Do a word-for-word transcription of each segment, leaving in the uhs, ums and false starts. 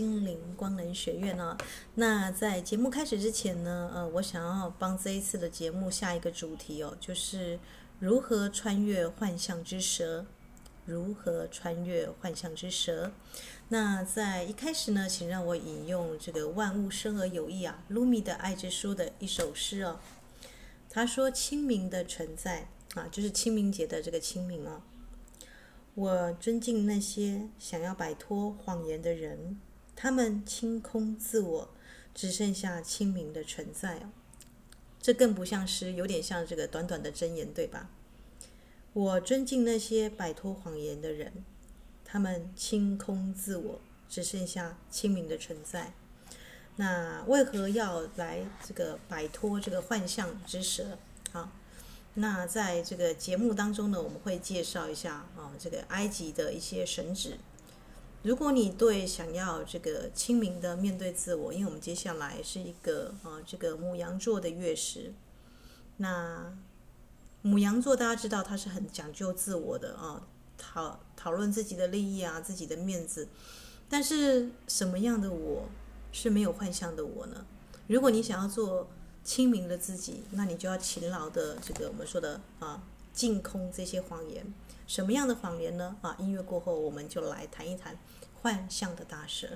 心灵光能学院哦。那在节目开始之前呢，呃，我想要帮这一次的节目下一个主题哦，就是如何穿越幻象之蛇。如何穿越幻象之蛇？那在一开始呢，请让我引用这个万物生而有意啊，鲁米的爱之书的一首诗哦。他说：“清明的存在啊，就是清明节的这个清明哦。我尊敬那些想要摆脱谎言的人，他们清空自我，只剩下清明的存在哦。这更不像诗，有点像这个短短的箴言，对吧？我尊敬那些摆脱谎言的人，他们清空自我，只剩下清明的存在。那为何要来这个摆脱这个幻象之蛇？好，那在这个节目当中呢，我们会介绍一下啊，这个埃及的一些神祇。如果你对想要这个清明的面对自我，因为我们接下来是一个啊这个牡羊座的月食，那牡羊座大家知道它是很讲究自我的啊，讨讨论自己的利益啊，自己的面子。但是什么样的我是没有幻象的我呢？如果你想要做清明的自己，那你就要勤劳的这个我们说的啊，净空这些谎言。什么样的谎言呢？啊，音乐过后我们就来谈一谈幻象的大蛇。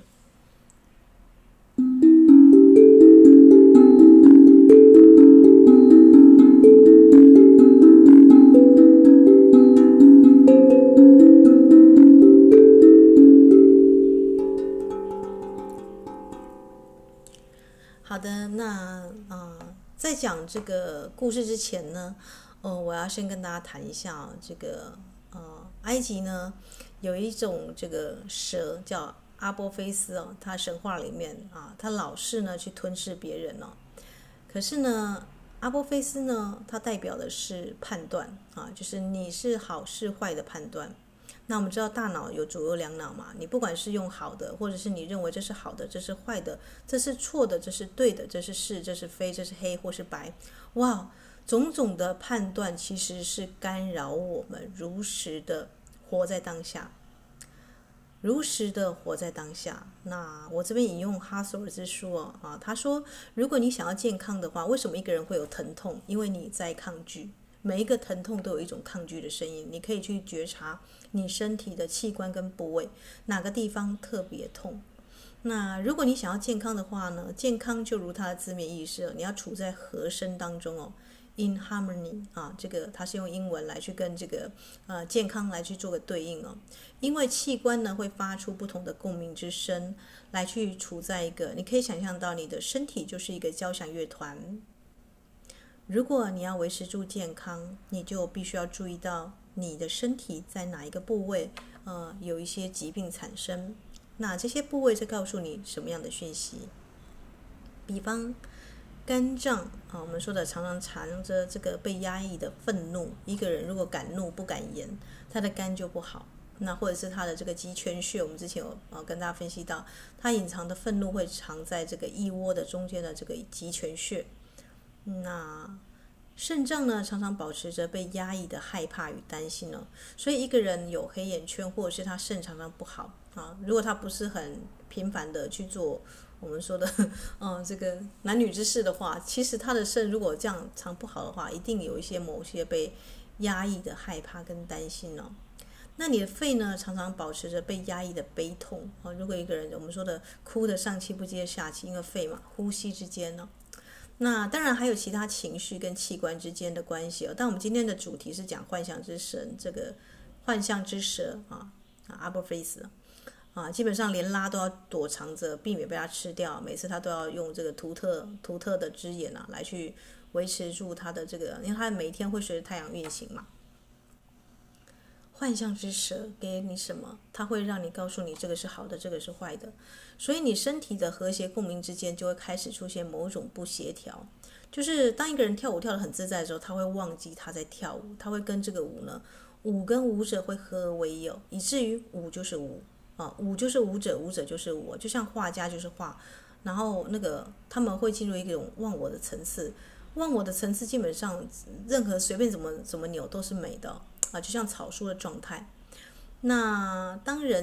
好的，那呃，在讲这个故事之前呢，呃，我要先跟大家谈一下这个呃，埃及呢有一种这个蛇叫阿波菲斯哦，它神话里面啊，它老是呢去吞噬别人哦。可是呢，阿波菲斯呢，它代表的是判断啊，就是你是好是坏的判断。那我们知道大脑有左右两脑嘛，你不管是用好的，或者是你认为这是好的，这是坏的，这是错的，这是对的，这是是，这是非，这是黑或是白，哇，种种的判断其实是干扰我们如实的活在当下，如实的活在当下。那我这边引用哈索尔之书哦，啊，他说，如果你想要健康的话，为什么一个人会有疼痛？因为你在抗拒。每一个疼痛都有一种抗拒的声音，你可以去觉察你身体的器官跟部位哪个地方特别痛。那如果你想要健康的话呢，健康就如它的字面意思，你要处在和声当中哦 ，in harmony 啊，这个它是用英文来去跟这个呃健康来去做个对应哦，因为器官呢会发出不同的共鸣之声，来去处在一个，你可以想象到你的身体就是一个交响乐团。如果你要维持住健康，你就必须要注意到你的身体在哪一个部位，呃，有一些疾病产生。那这些部位在告诉你什么样的讯息？比方肝脏啊，我们说的常常藏着这个被压抑的愤怒。一个人如果敢怒不敢言，他的肝就不好。那或者是他的这个极泉穴，我们之前有呃跟大家分析到，他隐藏的愤怒会藏在这个腋窝的中间的这个极泉穴。那肾脏呢，常常保持着被压抑的害怕与担心哦。所以一个人有黑眼圈，或者是他肾常常不好啊，如果他不是很频繁的去做我们说的嗯这个男女之事的话，其实他的肾如果这样常不好的话，一定有一些某些被压抑的害怕跟担心哦。那你的肺呢，常常保持着被压抑的悲痛啊。如果一个人我们说的哭得上气不接下气，因为肺嘛，呼吸之间呢。那当然还有其他情绪跟器官之间的关系哦。但我们今天的主题是讲幻象之神，这个幻象之蛇啊，阿波菲斯啊，基本上连拉都要躲藏着，避免被它吃掉。每次他都要用这个图特图特的之眼啊，来去维持住它的这个，因为它每一天会随着太阳运行嘛。幻象之蛇给你什么？它会让你告诉你这个是好的，这个是坏的，所以你身体的和谐共鸣之间就会开始出现某种不协调。就是当一个人跳舞跳得很自在的时候，他会忘记他在跳舞，他会跟这个舞呢，舞跟舞者会合而为一，以至于舞就是舞啊，舞就是舞者，舞者就是我，就像画家就是画，然后那个他们会进入一种忘我的层次，忘我的层次基本上任何随便怎么怎么扭都是美的啊，就像草书的状态。那当人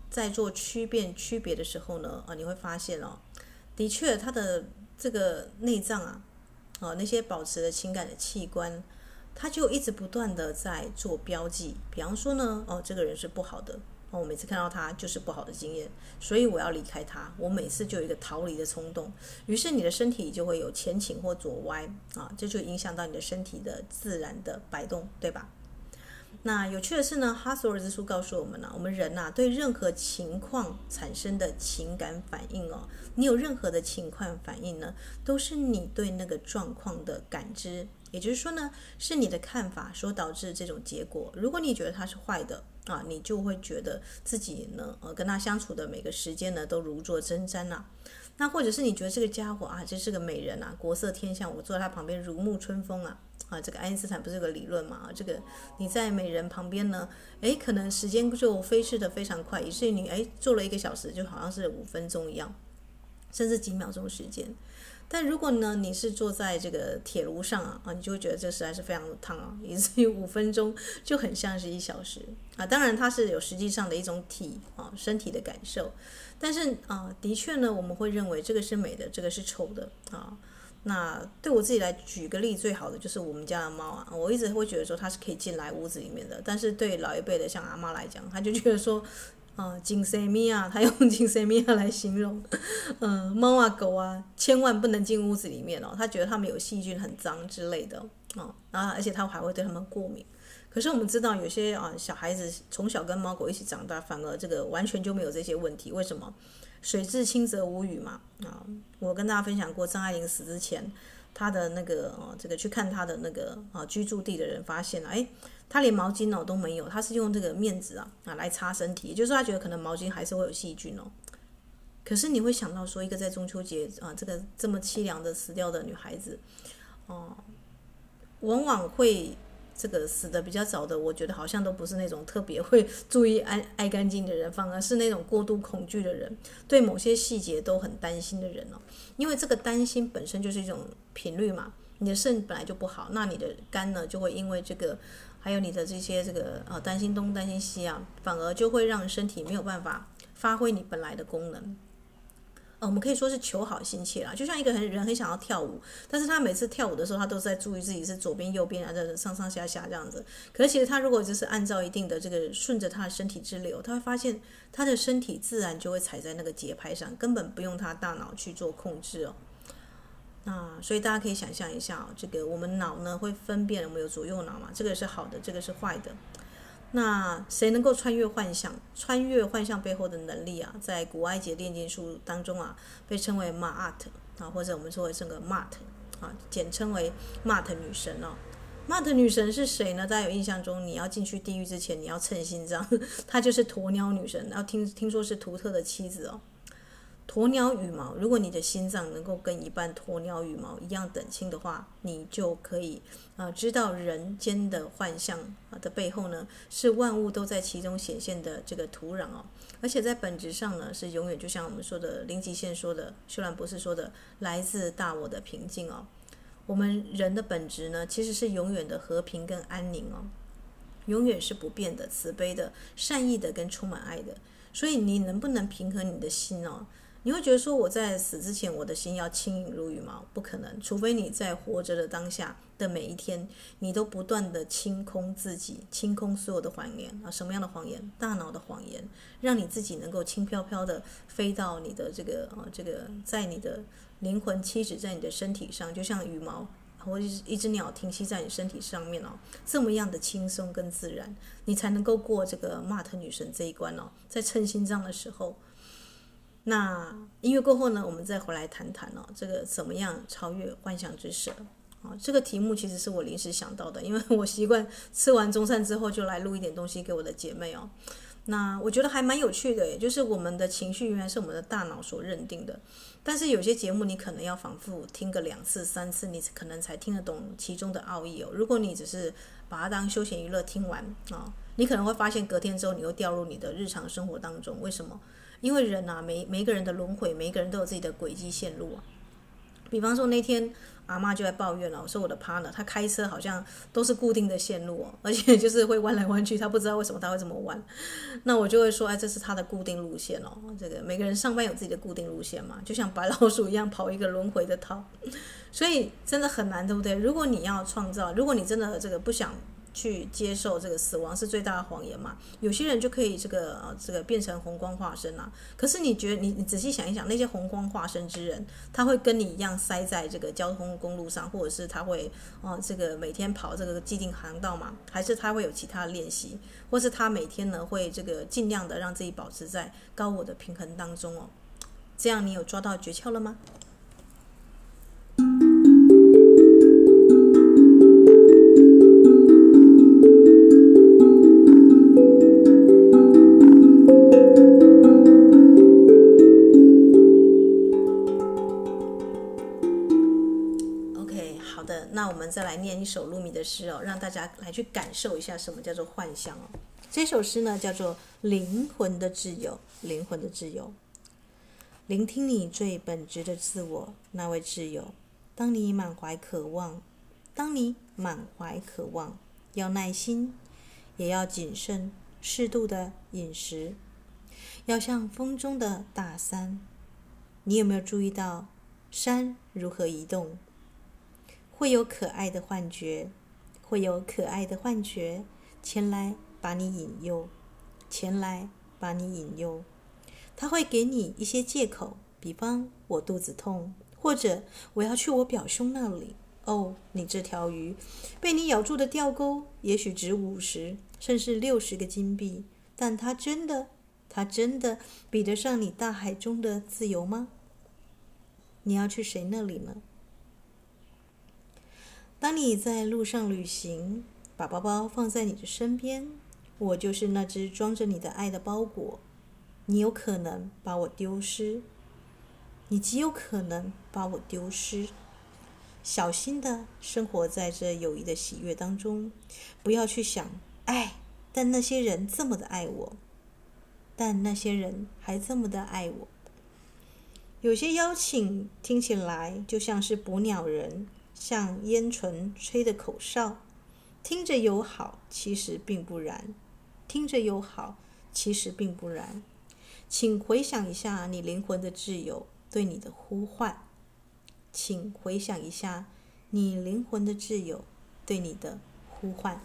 在做区辨区别的时候呢，啊，你会发现哦，的确他的这个内脏啊，哦，那些保持的情感的器官，他就一直不断的在做标记。比方说呢，哦，这个人是不好的，哦，我每次看到他就是不好的经验，所以我要离开他。我每次就有一个逃离的冲动，于是你的身体就会有前倾或左歪啊，这就影响到你的身体的自然的摆动，对吧？那有趣的是呢，哈索尔之书告诉我们呢、啊，我们人呐、啊、对任何情况产生的情感反应哦，你有任何的情况反应呢，都是你对那个状况的感知，也就是说呢，是你的看法所导致这种结果。如果你觉得它是坏的啊，你就会觉得自己呢，呃，跟他相处的每个时间呢，都如坐针毡呐、啊。那或者是你觉得这个家伙啊，这是个美人啊，国色天香，我坐在他旁边如沐春风啊。啊，这个爱因斯坦不是有个理论嘛？啊，这个你在美人旁边呢，诶，可能时间就飞逝的非常快，以至于你诶坐了一个小时，就好像是五分钟一样，甚至几秒钟时间。但如果呢，你是坐在这个铁炉上啊，啊，你就会觉得这实在是非常的烫啊，以至于五分钟就很像是一小时啊。当然，它是有实际上的一种体啊身体的感受，但是啊，的确呢，我们会认为这个是美的，这个是丑的啊。那对我自己来举个例，最好的就是我们家的猫啊，我一直会觉得说它是可以进来屋子里面的，但是对老一辈的像阿妈来讲，她就觉得说，啊，金塞米啊，她用金塞米啊来形容，嗯，猫啊狗啊，千万不能进屋子里面哦，她觉得它们有细菌很脏之类的哦，然后而且她还会对它们过敏。可是我们知道有些啊小孩子从小跟猫狗一起长大，反而这个完全就没有这些问题，为什么？水至清则无鱼嘛啊！我跟大家分享过，张爱玲死之前，她的那个哦，这个去看她的那个啊居住地的人发现了，哎，她连毛巾哦都没有，她是用这个面纸啊啊来擦身体，也就是说她觉得可能毛巾还是会有细菌哦。可是你会想到说，一个在中秋节啊这个这么凄凉的死掉的女孩子，哦、啊，往往会。这个死的比较早的，我觉得好像都不是那种特别会注意爱爱干净的人，反而是那种过度恐惧的人，对某些细节都很担心的人哦。因为这个担心本身就是一种频率嘛，你的肾本来就不好，那你的肝呢就会因为这个，还有你的这些这个呃担心东担心西啊，反而就会让身体没有办法发挥你本来的功能。呃，我们可以说是求好心切啦，就像一个很人很想要跳舞，但是他每次跳舞的时候，他都是在注意自己是左边右边啊，在上上下下这样子。可是其实他如果就是按照一定的这个顺着他的身体之流，他会发现他的身体自然就会踩在那个节拍上，根本不用他大脑去做控制哦。那所以大家可以想象一下哦，这个我们脑呢会分辨，我们有左右脑嘛，这个是好的，这个是坏的。那谁能够穿越幻象？穿越幻象背后的能力啊，在古埃及炼金术当中啊，被称为 Ma'at 啊，或者我们说为这个 Mat 啊，简称为 Mat 女神哦。Mat 女神是谁呢？大家有印象中，你要进去地狱之前，你要称心脏，她就是鸵鸟女神，然后听听说是图特的妻子哦。鸵鸟羽毛，如果你的心脏能够跟一半鸵鸟羽毛一样等轻的话，你就可以呃知道人间的幻象的背后呢，是万物都在其中显现的这个土壤哦，而且在本质上呢，是永远就像我们说的零极限说的，修兰博士说的，来自大我的平静哦。我们人的本质呢，其实是永远的和平跟安宁哦，永远是不变的、慈悲的、善意的跟充满爱的。所以你能不能平衡你的心哦？你会觉得说我在死之前我的心要轻盈如羽毛，不可能，除非你在活着的当下的每一天，你都不断的清空自己，清空所有的谎言啊，什么样的谎言？大脑的谎言，让你自己能够轻飘飘的飞到你的这个啊，这个在你的灵魂栖止在你的身体上，就像羽毛或者一只鸟停息在你身体上面哦，这么样的轻松跟自然，你才能够过这个玛特女神这一关哦，在称心脏的时候。那音乐过后呢，我们再回来谈谈哦，这个怎么样超越幻想之蛇啊？这个题目其实是我临时想到的，因为我习惯吃完中餐之后就来录一点东西给我的姐妹哦。那我觉得还蛮有趣的，也就是我们的情绪原来是我们的大脑所认定的，但是有些节目你可能要反复听个两次三次，你可能才听得懂其中的奥义哦。如果你只是把它当休闲娱乐听完啊，你可能会发现隔天之后你又掉入你的日常生活当中。为什么？因为人啊，每每一个人的轮回，每一个人都有自己的轨迹线路啊。 比方说那天阿嬷就在抱怨了，我说我的 partner 他开车好像都是固定的线路哦，而且就是会弯来弯去，他不知道为什么他会这么弯。那我就会说，哎，这是他的固定路线哦。这个每个人上班有自己的固定路线嘛，就像白老鼠一样跑一个轮回的套，所以真的很难，对不对？如果你要创造，如果你真的这个不想去接受这个死亡是最大的谎言嘛，有些人就可以这个呃这个变成红光化身啊。可是你觉得你你仔细想一想，那些红光化身之人，他会跟你一样塞在这个交通公路上，或者是他会哦这个每天跑这个既定航道嘛，还是他会有其他的练习，或是他每天呢会这个尽量的让自己保持在高我的平衡当中哦？这样你有抓到诀窍了吗？那我们再来念一首鲁米的诗哦，让大家来去感受一下什么叫做幻象哦。这首诗呢叫做《灵魂的自由》，灵魂的自由，聆听你最本质的自我，那位自由。当你满怀渴望，当你满怀渴望，要耐心，也要谨慎，适度的饮食，要像风中的大山。你有没有注意到山如何移动？会有可爱的幻觉，会有可爱的幻觉前来把你引诱，前来把你引诱。他会给你一些借口，比方我肚子痛，或者我要去我表兄那里。哦，你这条鱼被你咬住的钓钩也许值五十甚至六十个金币，但它真的它真的比得上你大海中的自由吗？你要去谁那里呢？当你在路上旅行，把包包放在你的身边，我就是那只装着你的爱的包裹。你有可能把我丢失，你极有可能把我丢失。小心的生活在这友谊的喜悦当中，不要去想爱，但那些人这么的爱我，但那些人还这么的爱我。有些邀请听起来就像是捕鸟人向烟唇吹的口哨，听着友好，其实并不然。听着友好，其实并不然。请回想一下你灵魂的挚友对你的呼唤。请回想一下你灵魂的挚友对你的呼唤。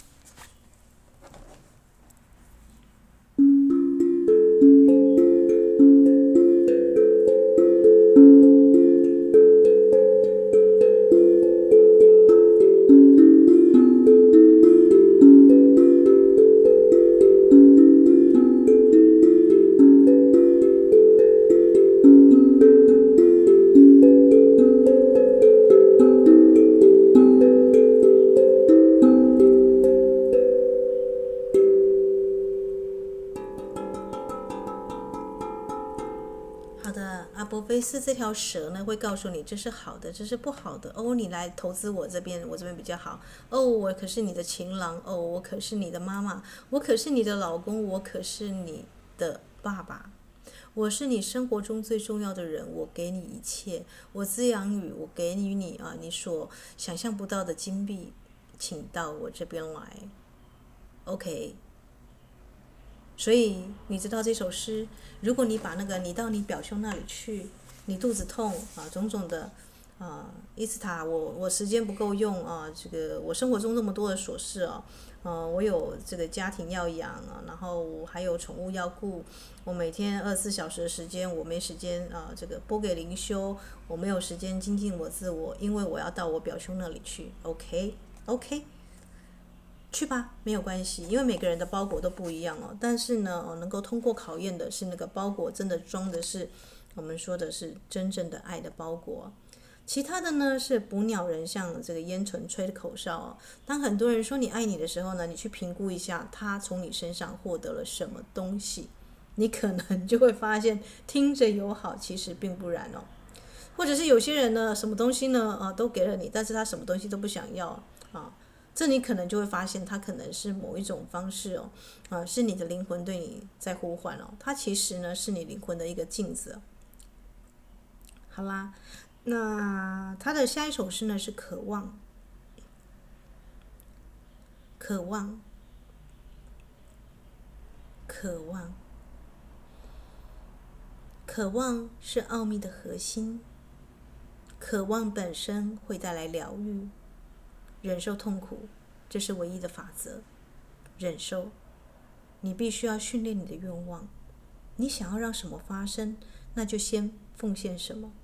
菲斯这条蛇呢，会告诉你这是好的，这是不好的。哦，你来投资我这边，我这边比较好。哦，我可是你的情郎。哦，我可是你的妈妈。我可是你的老公。我可是你的爸爸。我是你生活中最重要的人。我给你一切，我滋养你，我给予你啊，你所想象不到的金币，请到我这边来。OK。所以你知道这首诗，如果你把那个你到你表兄那里去，你肚子痛啊，种种的啊，伊斯塔，我我时间不够用啊，这个我生活中那么多的琐事啊，呃，我有这个家庭要养啊，然后我还有宠物要顾，我每天二十四小时的时间我没时间啊，这个拨给灵修，我没有时间精进我自我，因为我要到我表兄那里去。OK OK。去吧，没有关系，因为每个人的包裹都不一样哦。但是呢，哦，能够通过考验的是那个包裹真的装的是我们说的是真正的爱的包裹。其他的呢是捕鸟人像这个烟唇吹的口哨哦。当很多人说你爱你的时候呢，你去评估一下他从你身上获得了什么东西，你可能就会发现听着友好，其实并不然哦。或者是有些人呢，什么东西呢，呃，都给了你，但是他什么东西都不想要啊。这你可能就会发现，它可能是某一种方式哦，啊、呃，是你的灵魂对你在呼唤哦。它其实呢是你灵魂的一个镜子。好啦， 那他的下一首诗呢是渴望，渴望，渴望，渴望是奥秘的核心。渴望本身会带来疗愈，忍受痛苦，这是唯一的法则。忍受，你必须要训练你的愿望。你想要让什么发生，那就先奉献什么。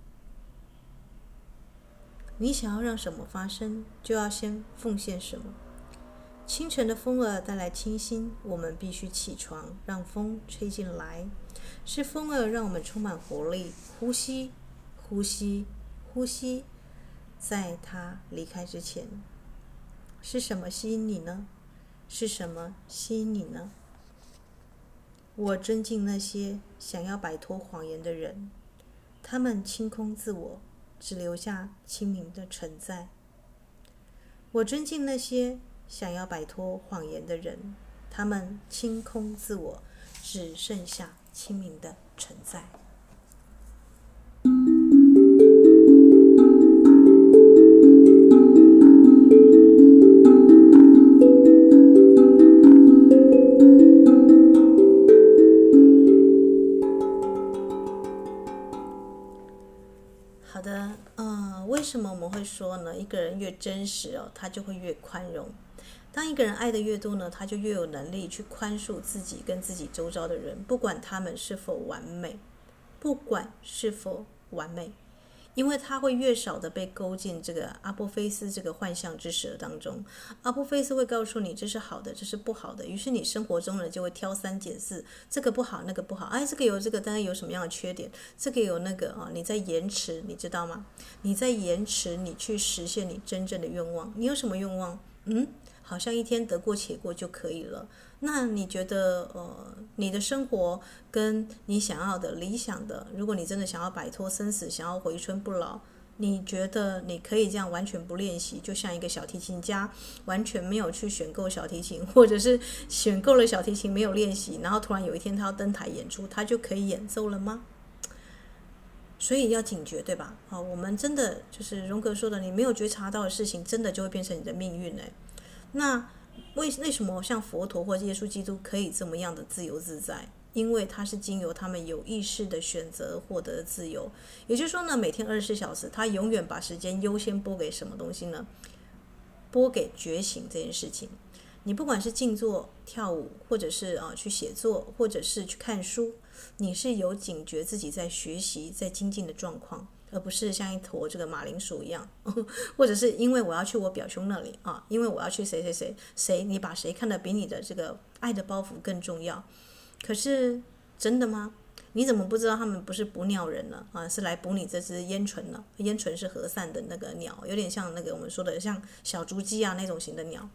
你想要让什么发生，就要先奉献什么。清晨的风儿带来清新，我们必须起床，让风吹进来。是风儿让我们充满活力，呼吸，呼吸，呼吸。在它离开之前，是什么吸引你呢？是什么吸引你呢？我尊敬那些想要摆脱谎言的人，他们清空自我，只留下清明的存在。我尊敬那些想要摆脱谎言的人，他们清空自我，只剩下清明的存在。好的，呃，为什么我们会说呢？一个人越真实哦，他就会越宽容。当一个人爱的越多呢，他就越有能力去宽恕自己跟自己周遭的人，不管他们是否完美，不管是否完美，因为他会越少的被勾进这个阿波菲斯这个幻象之蛇当中。阿波菲斯会告诉你这是好的，这是不好的，于是你生活中呢就会挑三拣四，这个不好，那个不好，哎，这个有这个，当然有什么样的缺点，这个有那个啊，你在延迟，你知道吗？你在延迟你去实现你真正的愿望。你有什么愿望？嗯？好像一天得过且过就可以了。那你觉得呃，你的生活跟你想要的理想的，如果你真的想要摆脱生死，想要回春不老，你觉得你可以这样完全不练习，就像一个小提琴家完全没有去选购小提琴，或者是选购了小提琴没有练习，然后突然有一天他要登台演出，他就可以演奏了吗？所以要警觉，对吧？好，我们真的就是荣格说的，你没有觉察到的事情，真的就会变成你的命运哎。那为为什么像佛陀或耶稣基督可以这么样的自由自在？因为他是经由他们有意识的选择获得自由。也就是说呢，每天二十四小时，他永远把时间优先拨给什么东西呢？拨给觉醒这件事情。你不管是静坐、跳舞，或者是啊去写作，或者是去看书，你是有警觉自己在学习、在精进的状况。而不是像一坨这个马铃薯一样，或者是因为我要去我表兄那里啊，因为我要去谁谁谁谁，你把谁看得比你的这个爱的包袱更重要？可是真的吗？你怎么不知道他们不是捕鸟人呢？啊，是来捕你这只烟唇呢？烟唇是和散的那个鸟，有点像那个我们说的像小竹鸡啊那种型的鸟，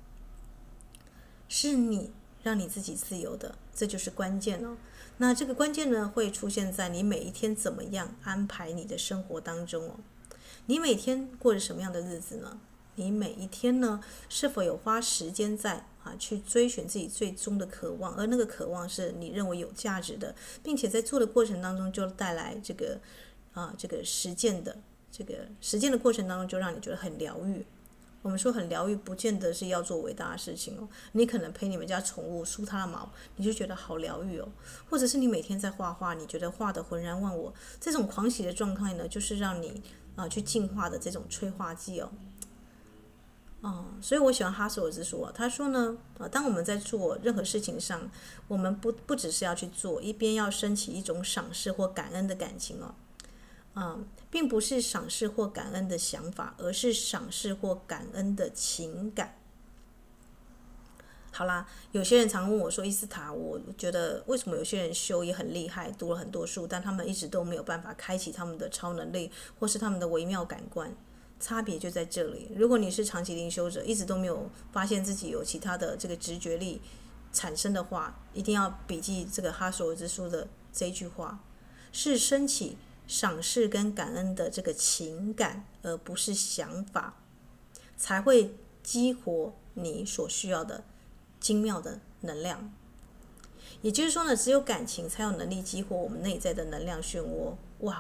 是你让你自己自由的，这就是关键哦。那这个关键呢，会出现在你每一天怎么样安排你的生活当中哦。你每天过着什么样的日子呢？你每一天呢，是否有花时间在啊去追寻自己最终的渴望？而那个渴望是你认为有价值的，并且在做的过程当中就带来这个啊这个实践的这个实践的过程当中，就让你觉得很疗愈。我们说很疗愈，不见得是要做伟大的事情哦。你可能陪你们家宠物梳它的毛，你就觉得好疗愈哦。或者是你每天在画画，你觉得画得浑然忘我，这种狂喜的状态呢，就是让你啊、呃、去净化的这种催化剂哦。哦、嗯，所以我喜欢哈索尔之说，他说呢，呃，当我们在做任何事情上，我们不不只是要去做，一边要升起一种赏识或感恩的感情哦。嗯，并不是赏识或感恩的想法，而是赏识或感恩的情感。好啦，有些人常问我说，伊斯塔，我觉得为什么有些人修也很厉害，读了很多书，但他们一直都没有办法开启他们的超能力，或是他们的微妙感官？差别就在这里。如果你是长期灵修者，一直都没有发现自己有其他的这个直觉力产生的话，一定要笔记这个哈索尔之书的这一句话，是升起赏识跟感恩的这个情感，而不是想法，才会激活你所需要的精妙的能量。也就是说呢，只有感情才有能力激活我们内在的能量漩涡。哇，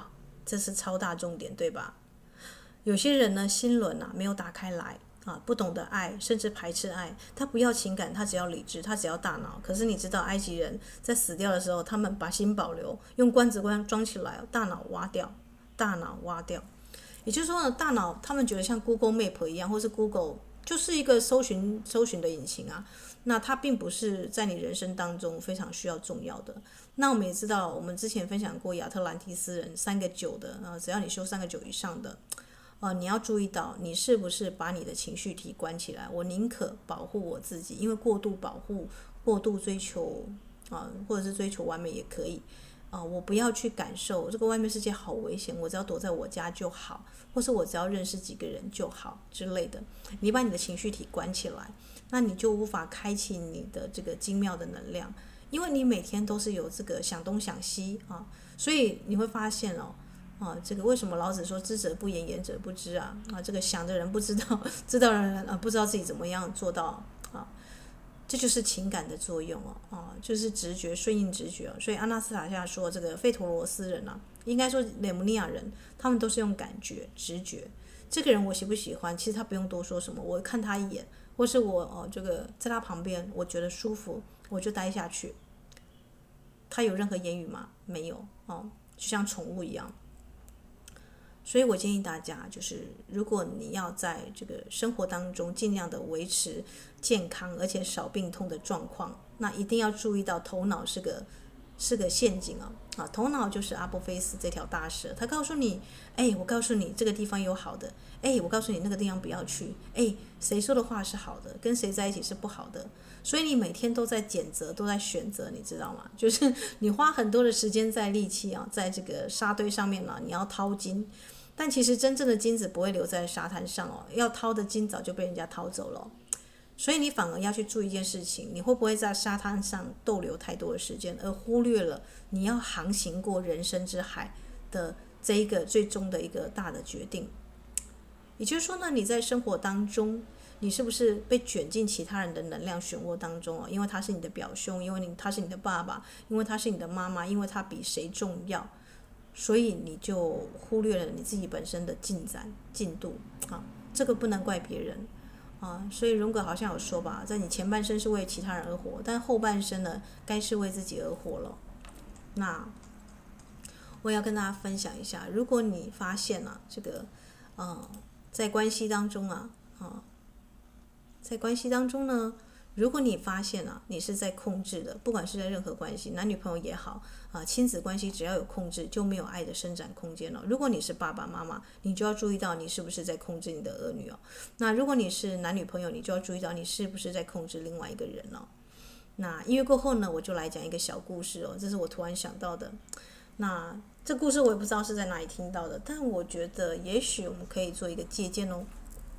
这是超大重点，对吧？有些人呢，心轮啊没有打开来啊，不懂得爱，甚至排斥爱，他不要情感，他只要理智，他只要大脑。可是你知道，埃及人在死掉的时候，他们把心保留，用罐子罐装起来，大脑挖掉，大脑挖掉。也就是说呢，大脑他们觉得像 Google Map 一样，或是 Google 就是一个搜寻搜寻的引擎啊，那它并不是在你人生当中非常需要重要的。那我们也知道，我们之前分享过亚特兰蒂斯人三个九的，呃，只要你修三个九以上的。呃，你要注意到，你是不是把你的情绪体关起来？我宁可保护我自己，因为过度保护、过度追求啊、呃，或者是追求完美也可以啊、呃。我不要去感受这个外面世界好危险，我只要躲在我家就好，或是我只要认识几个人就好之类的。你把你的情绪体关起来，那你就无法开启你的这个精妙的能量，因为你每天都是有这个想东想西啊，所以你会发现哦。啊，这个为什么老子说知者不言，言者不知啊？啊，这个想的人不知道，知道的人啊不知道自己怎么样做到啊，这就是情感的作用哦，啊，就是直觉顺应直觉。所以阿纳斯塔夏说，这个费陀罗斯人啊，应该说雷姆尼亚人，他们都是用感觉、直觉。这个人我喜不喜欢，其实他不用多说什么，我看他一眼，或是我哦这个在他旁边，我觉得舒服，我就待下去。他有任何言语吗？没有哦，就像宠物一样。所以我建议大家，就是如果你要在这个生活当中尽量的维持健康而且少病痛的状况，那一定要注意到头脑是个是个陷阱哦。啊，头脑就是阿波菲斯这条大蛇，他告诉你，哎，我告诉你这个地方有好的，哎，我告诉你那个地方不要去，哎，谁说的话是好的，跟谁在一起是不好的。所以你每天都在拣择，都在选择，你知道吗？就是你花很多的时间在力气啊，在这个沙堆上面呢、啊，你要掏金，但其实真正的金子不会留在沙滩上哦，要掏的金早就被人家掏走了。所以你反而要去做一件事情，你会不会在沙滩上逗留太多的时间，而忽略了你要航行过人生之海的这一个最终的一个大的决定。也就是说呢，你在生活当中，你是不是被卷进其他人的能量漩涡当中啊？因为他是你的表兄，因为你他是你的爸爸，因为他是你的妈妈，因为他比谁重要，所以你就忽略了你自己本身的进展进度啊。这个不能怪别人啊。所以荣格好像有说吧，在你前半生是为其他人而活，但后半生呢，该是为自己而活了。那我也要跟大家分享一下，如果你发现啊，这个呃，在关系当中啊，啊。在关系当中呢，如果你发现啊，你是在控制的，不管是在任何关系，男女朋友也好啊，亲子关系只要有控制，就没有爱的伸展空间了。如果你是爸爸妈妈，你就要注意到你是不是在控制你的儿女哦。那如果你是男女朋友，你就要注意到你是不是在控制另外一个人哦。那音乐过后呢，我就来讲一个小故事哦，这是我突然想到的。那这故事我也不知道是在哪里听到的，但我觉得也许我们可以做一个借鉴哦。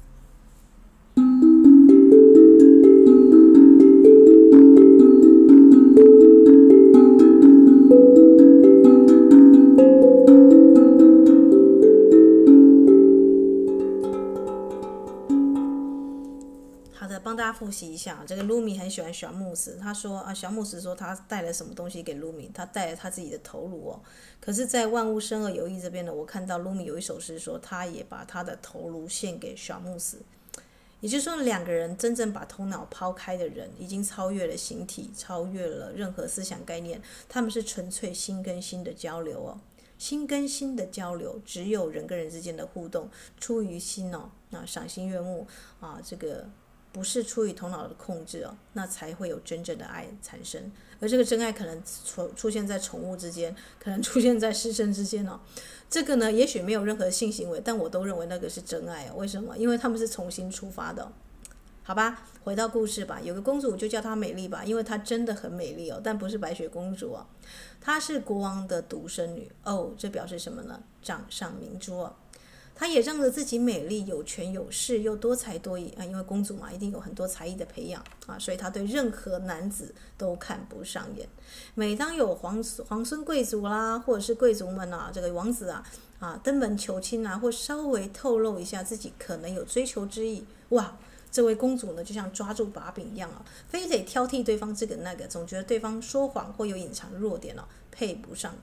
帮大家复习一下，这个卢米很喜欢小牧师，他说啊，小牧师说他带了什么东西给卢米，他带了他自己的头颅哦。可是，在万物生而有益这边呢，我看到卢米有一首诗说，他也把他的头颅献给小牧师。也就是说，两个人真正把头脑抛开的人，已经超越了形体，超越了任何思想概念，他们是纯粹心跟心的交流哦。心跟心的交流，只有人跟人之间的互动，出于心哦，啊，赏心悦目啊，这个。不是出于头脑的控制哦，那才会有真正的爱产生。而这个真爱可能出出现在宠物之间，可能出现在师生之间哦。这个呢，也许没有任何性行为，但我都认为那个是真爱哦。为什么？因为他们是重新出发的哦。好吧，回到故事吧。有个公主就叫她美丽吧，因为她真的很美丽哦，但不是白雪公主哦。她是国王的独生女哦，这表示什么呢？掌上明珠哦。她也仗着自己美丽、有权有势又多才多艺啊，因为公主嘛，一定有很多才艺的培养啊，所以她对任何男子都看不上眼。每当有皇皇孙贵族啦，或者是贵族们啊，这个王子啊啊登门求亲啊，或稍微透露一下自己可能有追求之意，哇，这位公主呢，就像抓住把柄一样啊，非得挑剔对方这个那个，总觉得对方说谎或有隐藏弱点哦，配不上她。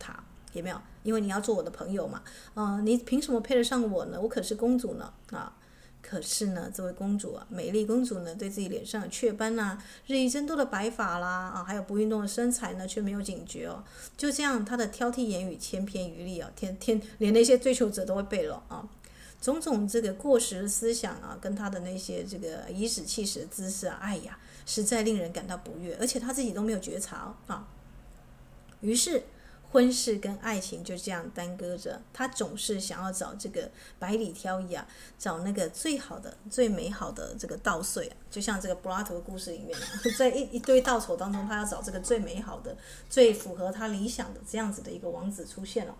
有没有？因为你要做我的朋友嘛，呃，你凭什么配得上我呢？我可是公主呢，啊！可是呢，这位公主啊，美丽公主呢，对自己脸上的雀斑啦、日益增多的白发啦，啊，还有不运动的身材呢，却没有警觉哦。就这样，她的挑剔言语千篇一律啊，天天连那些追求者都会背了啊。种种这个过时的思想啊，跟她的那些这个颐指气使的姿势啊，哎呀，实在令人感到不悦，而且她自己都没有觉察啊。于是。婚事跟爱情就这样耽搁着，他总是想要找这个百里挑一啊，找那个最好的、最美好的这个稻穗啊，就像这个柏拉图的故事里面啊，在一一堆稻草当中，他要找这个最美好的、最符合他理想的这样子的一个王子出现了。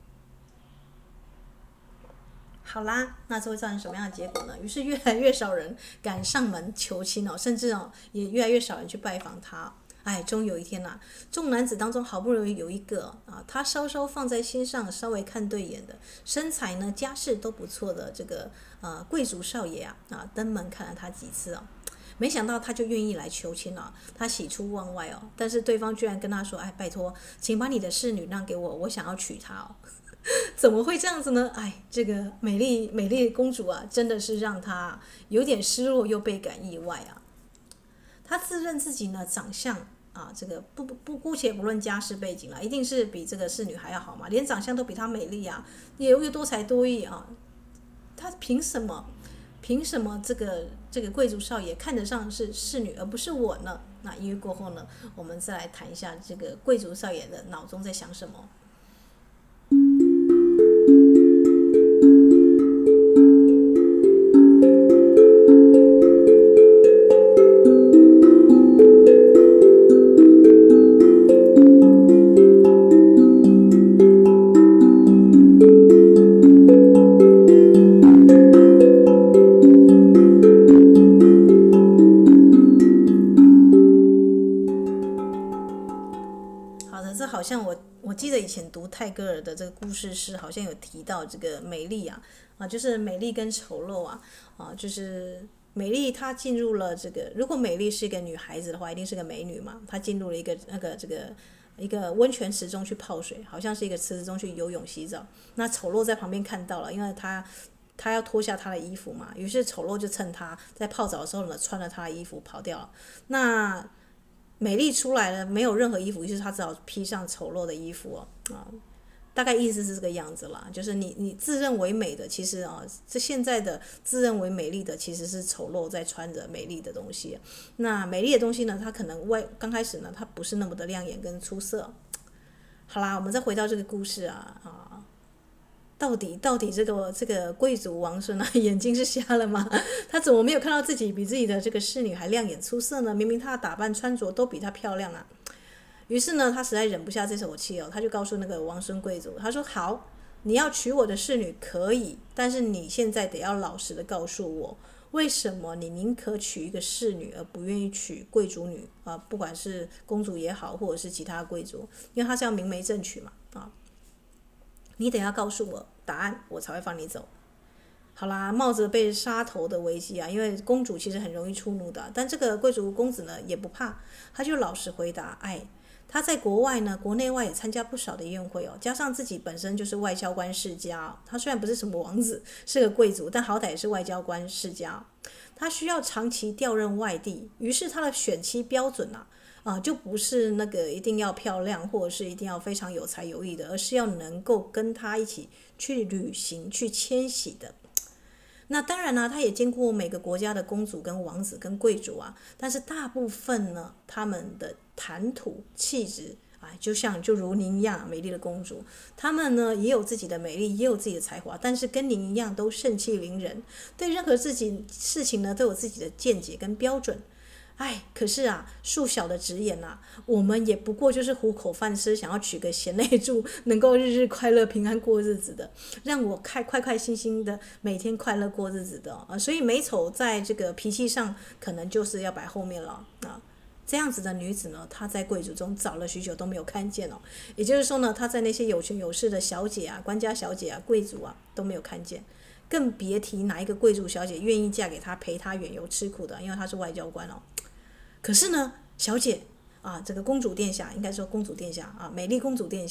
好啦，那这会造成什么样的结果呢？于是越来越少人敢上门求亲哦，甚至哦也越来越少人去拜访他。哎，终有一天呐、啊，众男子当中好不容易有一个啊，他稍稍放在心上，稍微看对眼的，身材呢、家世都不错的这个呃贵族少爷啊啊，登门看了他几次哦，没想到他就愿意来求亲了，他喜出望外哦，但是对方居然跟他说：“哎，拜托，请把你的侍女让给我，我想要娶她哦。”怎么会这样子呢？哎，这个美丽美丽公主啊，真的是让他有点失落又倍感意外啊。她自认自己呢长相。啊，这个不不不，姑且不论家世背景了，一定是比这个侍女还要好嘛，连长相都比她美丽啊，也又多才多艺啊，她凭什么？凭什么这个这个贵族少爷看得上是侍女，而不是我呢？那音乐过后呢，我们再来谈一下这个贵族少爷的脑中在想什么。好像我我记得以前读泰戈尔的这个故事诗，好像有提到这个美丽啊啊，就是美丽跟丑陋啊啊，就是美丽她进入了这个，如果美丽是一个女孩子的话，一定是个美女嘛，她进入了一个那个这个一个温泉池中去泡水，好像是一个池子中去游泳洗澡。那丑陋在旁边看到了，因为她她要脱下她的衣服嘛，于是丑陋就趁她在泡澡的时候呢，穿了她的衣服跑掉了。那美丽出来了，没有任何衣服，于是她只好披上丑陋的衣服哦，啊，大概意思是这个样子啦，就是你你自认为美的，其实啊，这现在的自认为美丽的，其实是丑陋在穿着美丽的东西。那美丽的东西呢，它可能外刚开始呢，它不是那么的亮眼跟出色。好啦，我们再回到这个故事啊啊。到底到底这个这个贵族王孙啊，眼睛是瞎了吗？他怎么没有看到自己比自己的这个侍女还亮眼出色呢？明明他的打扮穿着都比她漂亮啊！于是呢，他实在忍不下这口气哦，他就告诉那个王孙贵族，他说：“好，你要娶我的侍女可以，但是你现在得要老实的告诉我，为什么你宁可娶一个侍女，而不愿意娶贵族女啊？不管是公主也好，或者是其他贵族，因为他是要明媒正娶嘛啊。”你得要告诉我答案，我才会放你走。好啦，冒着被杀头的危机啊，因为公主其实很容易触怒的，但这个贵族公子呢也不怕，他就老实回答，哎，他在国外呢，国内外也参加不少的宴会哦，加上自己本身就是外交官世家哦，他虽然不是什么王子，是个贵族，但好歹也是外交官世家，他需要长期调任外地，于是他的选妻标准啊。啊，就不是那个一定要漂亮，或者是一定要非常有才有艺的，而是要能够跟他一起去旅行、去迁徙的。那当然呢，他也见过每个国家的公主、跟王子、跟贵族啊，但是大部分呢，他们的谈吐、气质，哎，就像就如您一样美丽的公主，他们呢也有自己的美丽，也有自己的才华，但是跟您一样都盛气凌人，对任何自己事情呢都有自己的见解跟标准。哎，可是啊，恕小的直言啊，我们也不过就是糊口饭吃，想要娶个贤内助，能够日日快乐平安过日子的，让我开快快心心的每天快乐过日子的啊，所以美丑在这个脾气上，可能就是要摆后面了啊。这样子的女子呢，她在贵族中找了许久都没有看见哦，也就是说呢，她在那些有权有势的小姐啊、官家小姐啊、贵族啊都没有看见。更别提哪一个贵族小姐愿意嫁给他，陪他远游吃苦的，因为他是外交官哦。可是呢，小姐啊，这个公主殿下，应该说公主殿下啊，美丽公主殿下，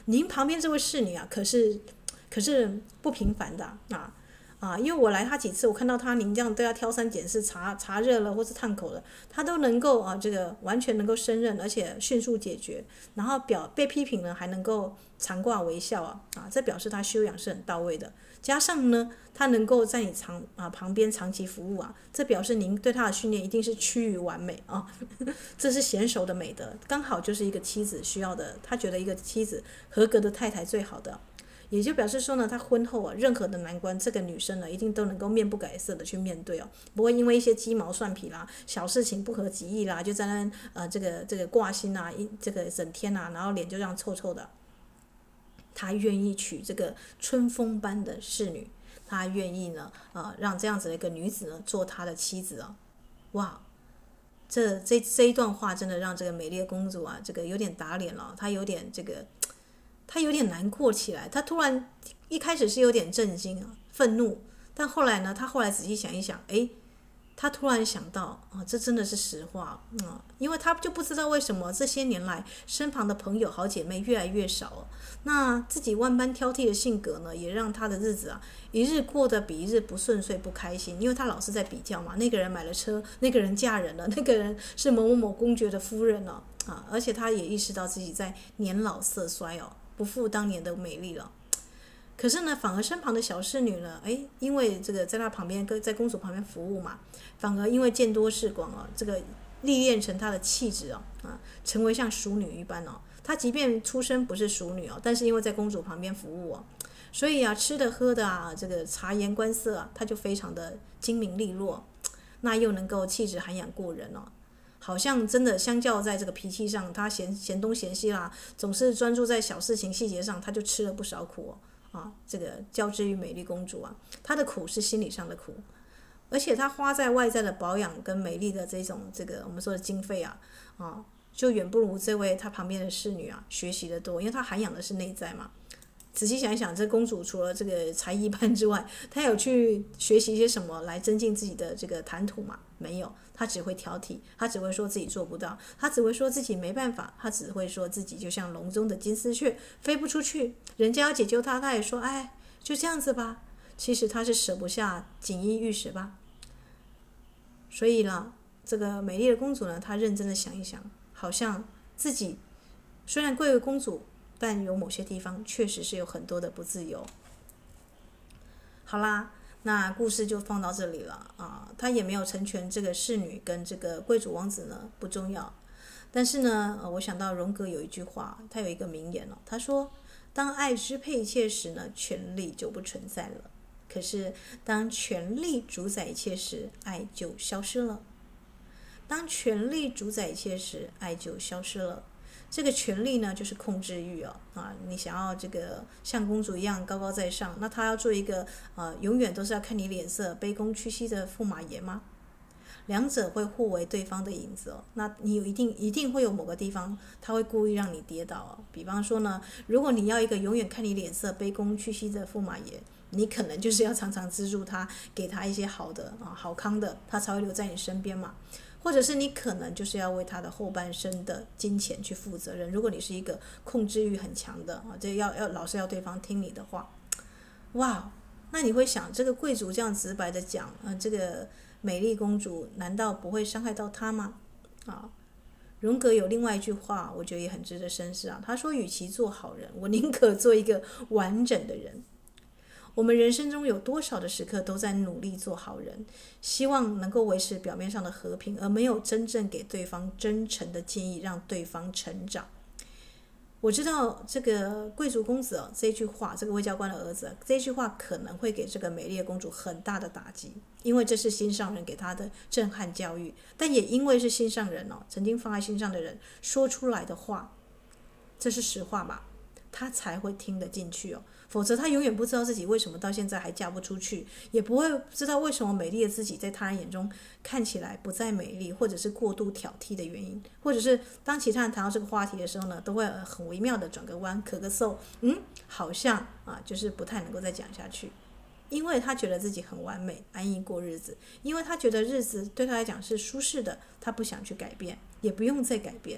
您旁边这位侍女啊，可是可是不平凡的啊啊！因为我来她几次，我看到她您这样对她挑三拣四，茶茶热了或是烫口了，她都能够啊这个完全能够胜任，而且迅速解决。然后表被批评了还能够常挂微笑啊啊！这表示她修养是很到位的。加上呢，她能够在你长啊旁边长期服务啊，这表示您对她的训练一定是趋于完美啊。这是娴熟的美德，刚好就是一个妻子需要的。她觉得一个妻子合格的太太最好的。也就表示说呢，她婚后啊，任何的难关，这个女生呢，一定都能够面不改色的去面对哦，不会因为一些鸡毛蒜皮啦、小事情不合己意啦，就在那呃这个这个挂心啊，一这个整天啊，然后脸就这样臭臭的。她愿意娶这个春风般的侍女，她愿意呢，呃，让这样子的一个女子呢做她的妻子啊，哇！这这这一段话真的让这个美丽的公主啊，这个有点打脸了，她有点这个。他有点难过起来，他突然一开始是有点震惊啊、愤怒，但后来呢，他后来仔细想一想，诶，他突然想到啊，这真的是实话啊，因为他就不知道为什么这些年来身旁的朋友好姐妹越来越少了，那自己万般挑剔的性格呢，也让他的日子啊一日过得比一日不顺遂不开心，因为他老是在比较嘛，那个人买了车，那个人嫁人了，那个人是某某某公爵的夫人了啊，而且他也意识到自己在年老色衰哦。不复当年的美丽了，可是呢，反而身旁的小侍女呢，哎，因为这个在她旁边，在公主旁边服务嘛，反而因为见多识广啊，这个历练成她的气质哦，啊，成为像淑女一般哦。她即便出身不是淑女哦，但是因为在公主旁边服务哦，所以啊，吃的喝的啊，这个察言观色啊，她就非常的精明利落，那又能够气质涵养过人哦。好像真的相较在这个脾气上，他嫌嫌东嫌西啦，总是专注在小事情细节上，他就吃了不少苦哦。啊，这个较之于美丽公主啊，她的苦是心理上的苦，而且她花在外在的保养跟美丽的这种这个我们说的经费啊，啊，就远不如这位她旁边的侍女啊学习的多，因为她涵养的是内在嘛。仔细想一想，这公主除了这个才艺班之外，她有去学习一些什么来增进自己的这个谈吐吗？没有，她只会挑剔，她只会说自己做不到，她只会说自己没办法，她只会说自己就像笼中的金丝雀，飞不出去。人家要解救她，她也说，哎，就这样子吧。其实她是舍不下锦衣玉食吧。所以呢，这个美丽的公主呢，她认真的想一想，好像自己虽然贵为公主，但有某些地方确实是有很多的不自由。好啦，那故事就放到这里了啊。他也没有成全这个侍女跟这个贵族王子呢，不重要。但是呢，呃、我想到荣格有一句话，他有一个名言哦，他说：当爱支配一切时呢，权力就不存在了；可是当权力主宰一切时，爱就消失了。当权力主宰一切时，爱就消失了。这个权力呢，就是控制欲哦啊！你想要这个像公主一样高高在上，那她要做一个呃永远都是要看你脸色、卑躬屈膝的驸马爷吗？两者会互为对方的影子哦。那你有一定一定会有某个地方，他会故意让你跌倒哦。比方说呢，如果你要一个永远看你脸色、卑躬屈膝的驸马爷，你可能就是要常常资助他，给他一些好的啊好康的，他才会留在你身边嘛。或者是你可能就是要为他的后半生的金钱去负责任。如果你是一个控制欲很强的啊，这要要老是要对方听你的话，哇，那你会想，这个贵族这样直白的讲，呃，这个美丽公主难道不会伤害到他吗？啊，荣格有另外一句话，我觉得也很值得深思啊。他说，与其做好人，我宁可做一个完整的人。我们人生中有多少的时刻都在努力做好人，希望能够维持表面上的和平，而没有真正给对方真诚的建议，让对方成长。我知道这个贵族公子、哦、这句话，这个卫教官的儿子、啊、这句话可能会给这个美丽的公主很大的打击，因为这是心上人给她的震撼教育，但也因为是心上人哦，曾经放在心上的人说出来的话，这是实话吧，他才会听得进去哦。否则他永远不知道自己为什么到现在还嫁不出去，也不会知道为什么美丽的自己在他人眼中看起来不再美丽，或者是过度挑剔的原因，或者是当其他人谈到这个话题的时候呢，都会很微妙的转个弯，咳个嗽，嗯，好像啊，就是不太能够再讲下去，因为他觉得自己很完美，安逸过日子，因为他觉得日子对他来讲是舒适的，他不想去改变，也不用再改变。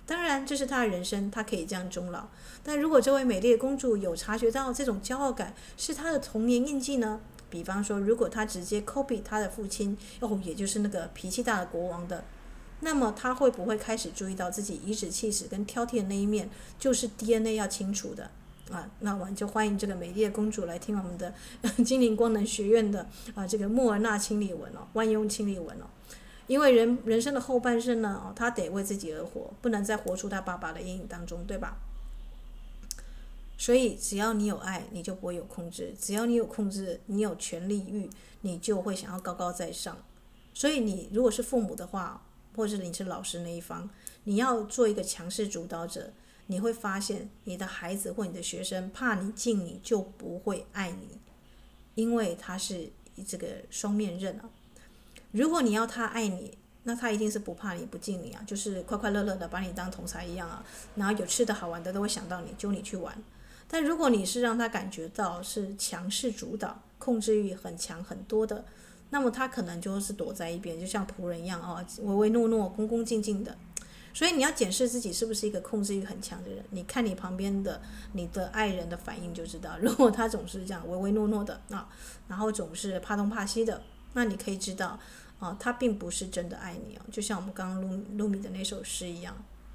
当然这是他的人生，他可以这样终老。但如果这位美丽的公主有察觉到这种骄傲感是她的童年印记呢？比方说，如果她直接 copy 她的父亲，哦，也就是那个脾气大的国王的，那么她会不会开始注意到自己颐指气使跟挑剔的那一面，就是 D N A 要清除的啊？那我们就欢迎这个美丽的公主来听我们的精灵光能学院的啊这个莫尔纳清理文哦，万用清理文哦。因为人人生的后半生呢，哦，他得为自己而活，不能再活出他爸爸的阴影当中，对吧？所以只要你有爱，你就不会有控制；只要你有控制，你有权力欲，你就会想要高高在上。所以你如果是父母的话，或者你是老师那一方，你要做一个强势主导者，你会发现你的孩子或你的学生怕你敬你就不会爱你，因为他是这个双面刃啊。如果你要他爱你，那他一定是不怕你不敬你啊，就是快快乐乐的把你当同才一样啊，然后有吃的好玩的都会想到你，揪你去玩。但如果你是让他感觉到是强势主导，控制欲很强很多的，那么他可能就是躲在一边，就像仆人一样哦，唯唯诺诺恭恭敬敬的。所以你要检视自己是不是一个控制欲很强的人，你看你旁边的你的爱人的反应就知道。如果他总是这样唯唯诺诺的啊，然后总是怕东怕西的，那你可以知道啊，他并不是真的爱你哦，就像我们刚刚录录米的那首诗一样。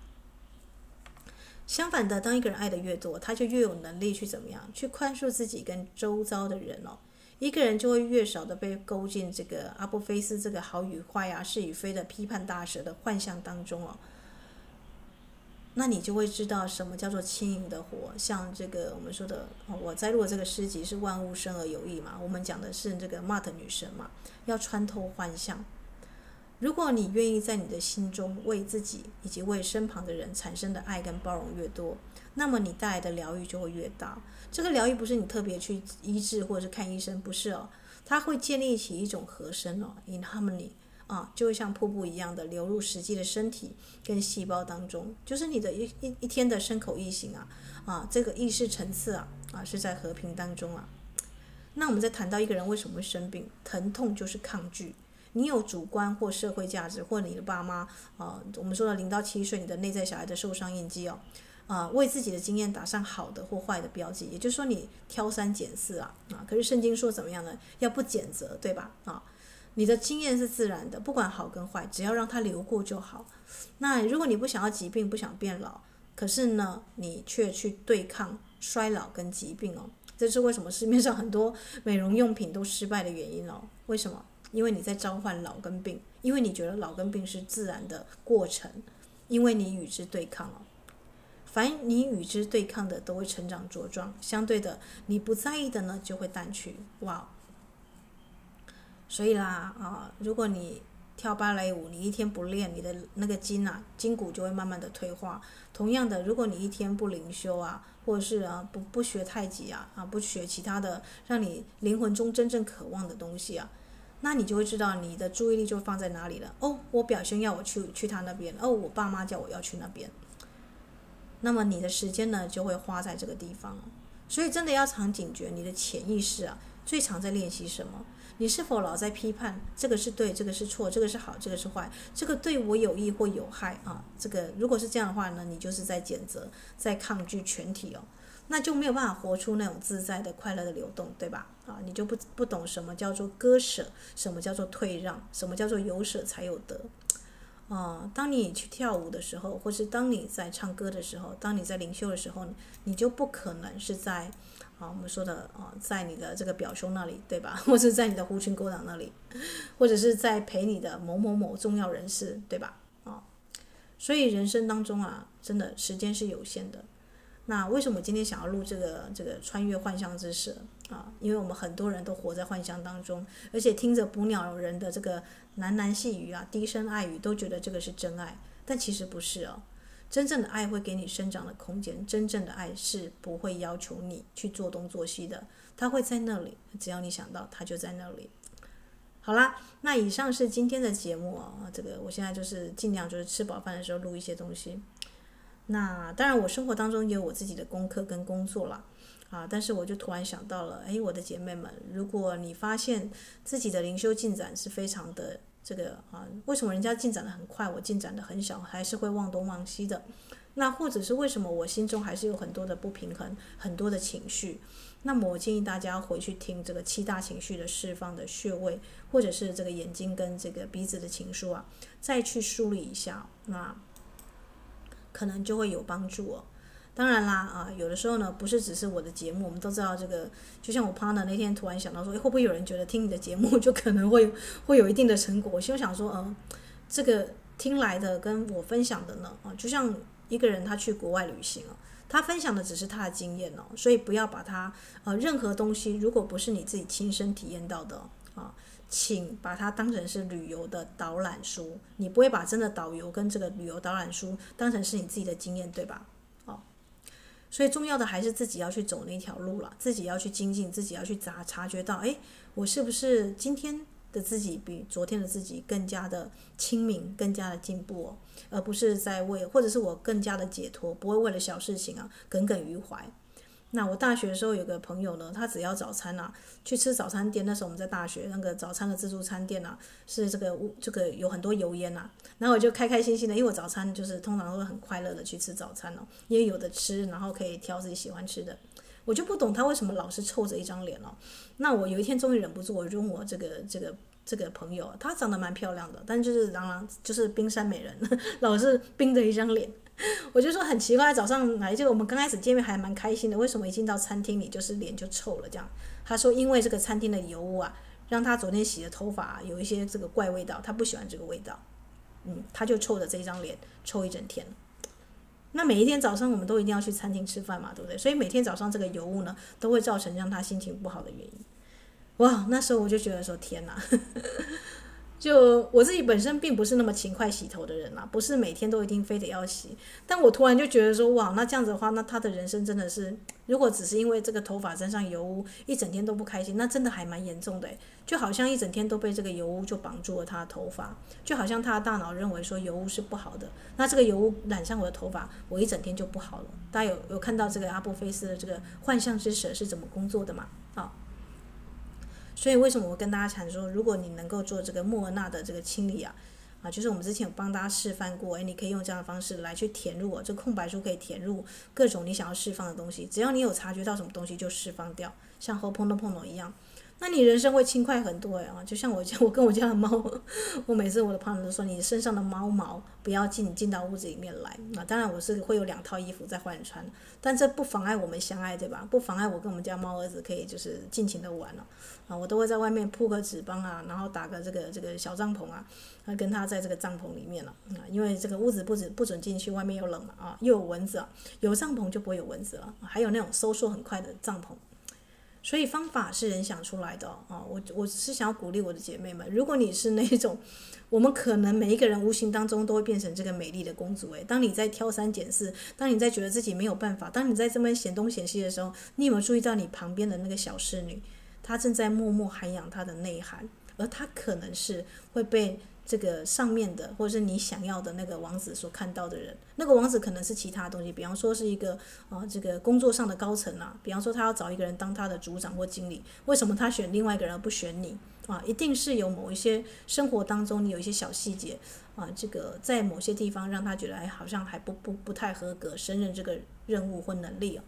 相反的，当一个人爱的越多，他就越有能力去怎么样，去宽恕自己跟周遭的人哦。一个人就会越少的被勾进这个阿波菲斯这个好与坏啊、是与非的批判大蛇的幻象当中哦。那你就会知道什么叫做轻盈的活。像这个我们说的，我在录的这个诗集是万物生而有益嘛，我们讲的是这个 Mart 女神嘛，要穿透幻象。如果你愿意在你的心中为自己以及为身旁的人产生的爱跟包容越多，那么你带来的疗愈就会越大。这个疗愈不是你特别去医治或者是看医生，不是哦，它会建立起一种和声哦 ，in harmony 啊，就会像瀑布一样的流入实际的身体跟细胞当中，就是你的一一一天的身口意行啊啊，这个意识层次啊啊是在和平当中啊。那我们再谈到一个人为什么会生病，疼痛就是抗拒。你有主观或社会价值，或你的爸妈，呃，我们说的零到七岁，你的内在小孩的受伤印记哦，啊、呃，为自己的经验打上好的或坏的标记，也就是说你挑三拣四啊，啊，可是圣经说怎么样呢？要不谴责，对吧？啊，你的经验是自然的，不管好跟坏，只要让它流过就好。那如果你不想要疾病，不想变老，可是呢，你却去对抗衰老跟疾病哦，这是为什么市面上很多美容用品都失败的原因哦？为什么？因为你在召唤老跟病，因为你觉得老跟病是自然的过程，因为你与之对抗了。凡你与之对抗的都会成长茁壮，相对的你不在意的呢就会淡去。哇，所以啦啊，如果你跳芭蕾舞，你一天不练，你的那个筋啊筋骨就会慢慢的退化。同样的，如果你一天不灵修啊，或者是啊不不学太极啊啊不学其他的让你灵魂中真正渴望的东西啊，那你就会知道你的注意力就放在哪里了。哦，我表兄要我去去他那边，哦，我爸妈叫我要去那边，那么你的时间呢就会花在这个地方。所以真的要常警觉你的潜意识啊，最常在练习什么？你是否老在批判这个是对，这个是错，这个是好，这个是坏，这个对我有益或有害啊？这个如果是这样的话呢，你就是在谴责，在抗拒全体哦。那就没有办法活出那种自在的快乐的流动，对吧？啊，你就不不懂什么叫做割舍，什么叫做退让，什么叫做有舍才有得。啊，当你去跳舞的时候，或是当你在唱歌的时候，当你在灵修的时候，你就不可能是在啊我们说的啊在你的这个表兄那里，对吧？或是在你的狐群狗党那里，或者是在陪你的某某某重要人士，对吧？啊，所以人生当中啊，真的时间是有限的。那为什么今天想要录这个这个穿越幻象之事啊？因为我们很多人都活在幻象当中，而且听着捕鸟人的这个喃喃细语啊、低声爱语，都觉得这个是真爱，但其实不是哦。真正的爱会给你生长的空间，真正的爱是不会要求你去做东做西的，它会在那里，只要你想到，它就在那里。好啦，那以上是今天的节目啊，这个我现在就是尽量就是吃饱饭的时候录一些东西。那当然我生活当中也有我自己的功课跟工作啦，啊，但是我就突然想到了，哎，我的姐妹们，如果你发现自己的灵修进展是非常的这个啊，为什么人家进展的很快，我进展的很小，还是会忘东忘西的？那或者是为什么我心中还是有很多的不平衡，很多的情绪？那么我建议大家回去听这个七大情绪的释放的穴位，或者是这个眼睛跟这个鼻子的情书啊，再去梳理一下，那可能就会有帮助哦。当然啦，啊，有的时候呢，不是只是我的节目，我们都知道这个，就像我 partner 那天突然想到说，会不会有人觉得听你的节目就可能会会有一定的成果？我就想说，呃，这个听来的跟我分享的呢，啊，就像一个人他去国外旅行哦，他分享的只是他的经验哦，所以不要把他呃任何东西，如果不是你自己亲身体验到的啊，请把它当成是旅游的导览书，你不会把真的导游跟这个旅游导览书当成是你自己的经验，对吧？所以重要的还是自己要去走那条路了，自己要去精进，自己要去察察觉到，哎，我是不是今天的自己比昨天的自己更加的清明，更加的进步哦，而不是在为，或者是我更加的解脱，不会为了小事情啊耿耿于怀。那我大学的时候有个朋友呢，他只要早餐啊去吃早餐店，那时候我们在大学那个早餐的自助餐店啊，是这个这个有很多油烟啊，然后我就开开心心的，因为我早餐就是通常都会很快乐的去吃早餐哦，因为有的吃，然后可以挑自己喜欢吃的。我就不懂他为什么老是臭着一张脸哦。那我有一天终于忍不住，我就问我这个这个这个朋友，她长得蛮漂亮的，但就是当然就是冰山美人，老是冰着一张脸。我就说很奇怪，早上来就我们刚开始见面还蛮开心的，为什么一进到餐厅里就是脸就臭了这样？他说因为这个餐厅的油污啊，让他昨天洗的头发、啊、有一些这个怪味道，他不喜欢这个味道，嗯，他就臭着这一张脸臭一整天。那每一天早上我们都一定要去餐厅吃饭嘛，对不对？所以每天早上这个油污呢，都会造成让他心情不好的原因。哇，那时候我就觉得说天哪！就我自己本身并不是那么勤快洗头的人啦，不是每天都一定非得要洗，但我突然就觉得说，哇，那这样子的话，那他的人生真的是，如果只是因为这个头发身上油污，一整天都不开心，那真的还蛮严重的，就好像一整天都被这个油污就绑住了他的头发，就好像他的大脑认为说油污是不好的，那这个油污染上我的头发，我一整天就不好了。大家有有看到这个阿波菲斯的这个幻象之蛇是怎么工作的吗？啊。所以为什么我跟大家谈说，如果你能够做这个莫尔纳的这个清理啊，啊，就是我们之前有帮大家示范过，哎，你可以用这样的方式来去填入哦，这个空白处可以填入各种你想要释放的东西，只要你有察觉到什么东西就释放掉，像 Ho'oponopono 一样，那你人生会轻快很多哎啊！就像我我跟我家的猫，我每次我的朋友都说，你身上的猫毛不要进进到屋子里面来。那当然我是会有两套衣服在换穿，但这不妨碍我们相爱，对吧？不妨碍我跟我们家猫儿子可以就是尽情的玩了啊！我都会在外面铺个纸帮啊，然后打个这个这个小帐篷啊，跟他在这个帐篷里面了啊，因为这个屋子不止不准进去，外面又冷了啊，又有蚊子啊，有帐篷就不会有蚊子了，还有那种收缩很快的帐篷。所以方法是人想出来的啊！我我是想要鼓励我的姐妹们，如果你是那种，我们可能每一个人无形当中都会变成这个美丽的公主诶。当你在挑三拣四，当你在觉得自己没有办法，当你在这边嫌东嫌西的时候，你有没有注意到你旁边的那个小侍女，她正在默默涵养她的内涵，而她可能是会被这个上面的或者是你想要的那个王子所看到的人，那个王子可能是其他东西，比方说是一个啊这个工作上的高层啊，比方说他要找一个人当他的组长或经理，为什么他选另外一个人而不选你啊？一定是有某一些生活当中你有一些小细节啊，这个在某些地方让他觉得哎好像还不不不太合格，胜任这个任务或能力哦。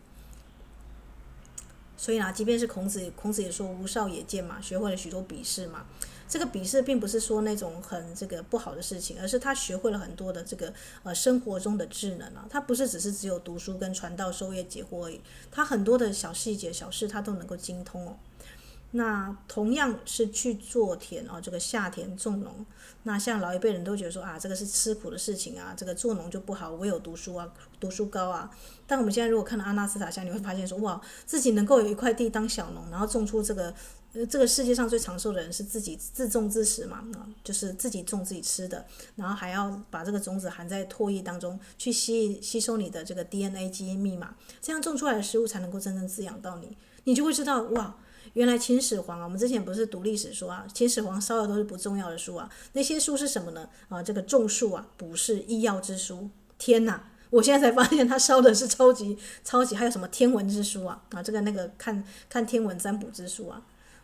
所以呢，即便是孔子，孔子也说无少也见嘛，学会了许多鄙视嘛。这个鄙视并不是说那种很这个不好的事情，而是他学会了很多的这个呃生活中的智能啊。他不是只是只有读书跟传道授业解惑而已，他很多的小细节小事他都能够精通哦。那同样是去做田哦，这个下田种农，那像老一辈人都觉得说啊，这个是吃苦的事情啊，这个做农就不好，唯有读书啊，读书高啊。但我们现在如果看到阿纳斯塔夏，你会发现说，哇，自己能够有一块地当小农，然后种出这个，呃，这个世界上最长寿的人是自己自种自食嘛，啊，就是自己种自己吃的，然后还要把这个种子含在唾液当中，去吸吸收你的这个 D N A 基因密码，这样种出来的食物才能够真正滋养到你，你就会知道，哇。原来秦始皇啊，我们之前不是读历史书啊，秦始皇烧的都是不重要的书啊，那些书是什么呢？啊，这个种树啊，卜筮医药之书。天哪！我现在才发现他烧的是超级超级，还有什么天文之书啊？啊，这个那个看看天文占卜之书啊。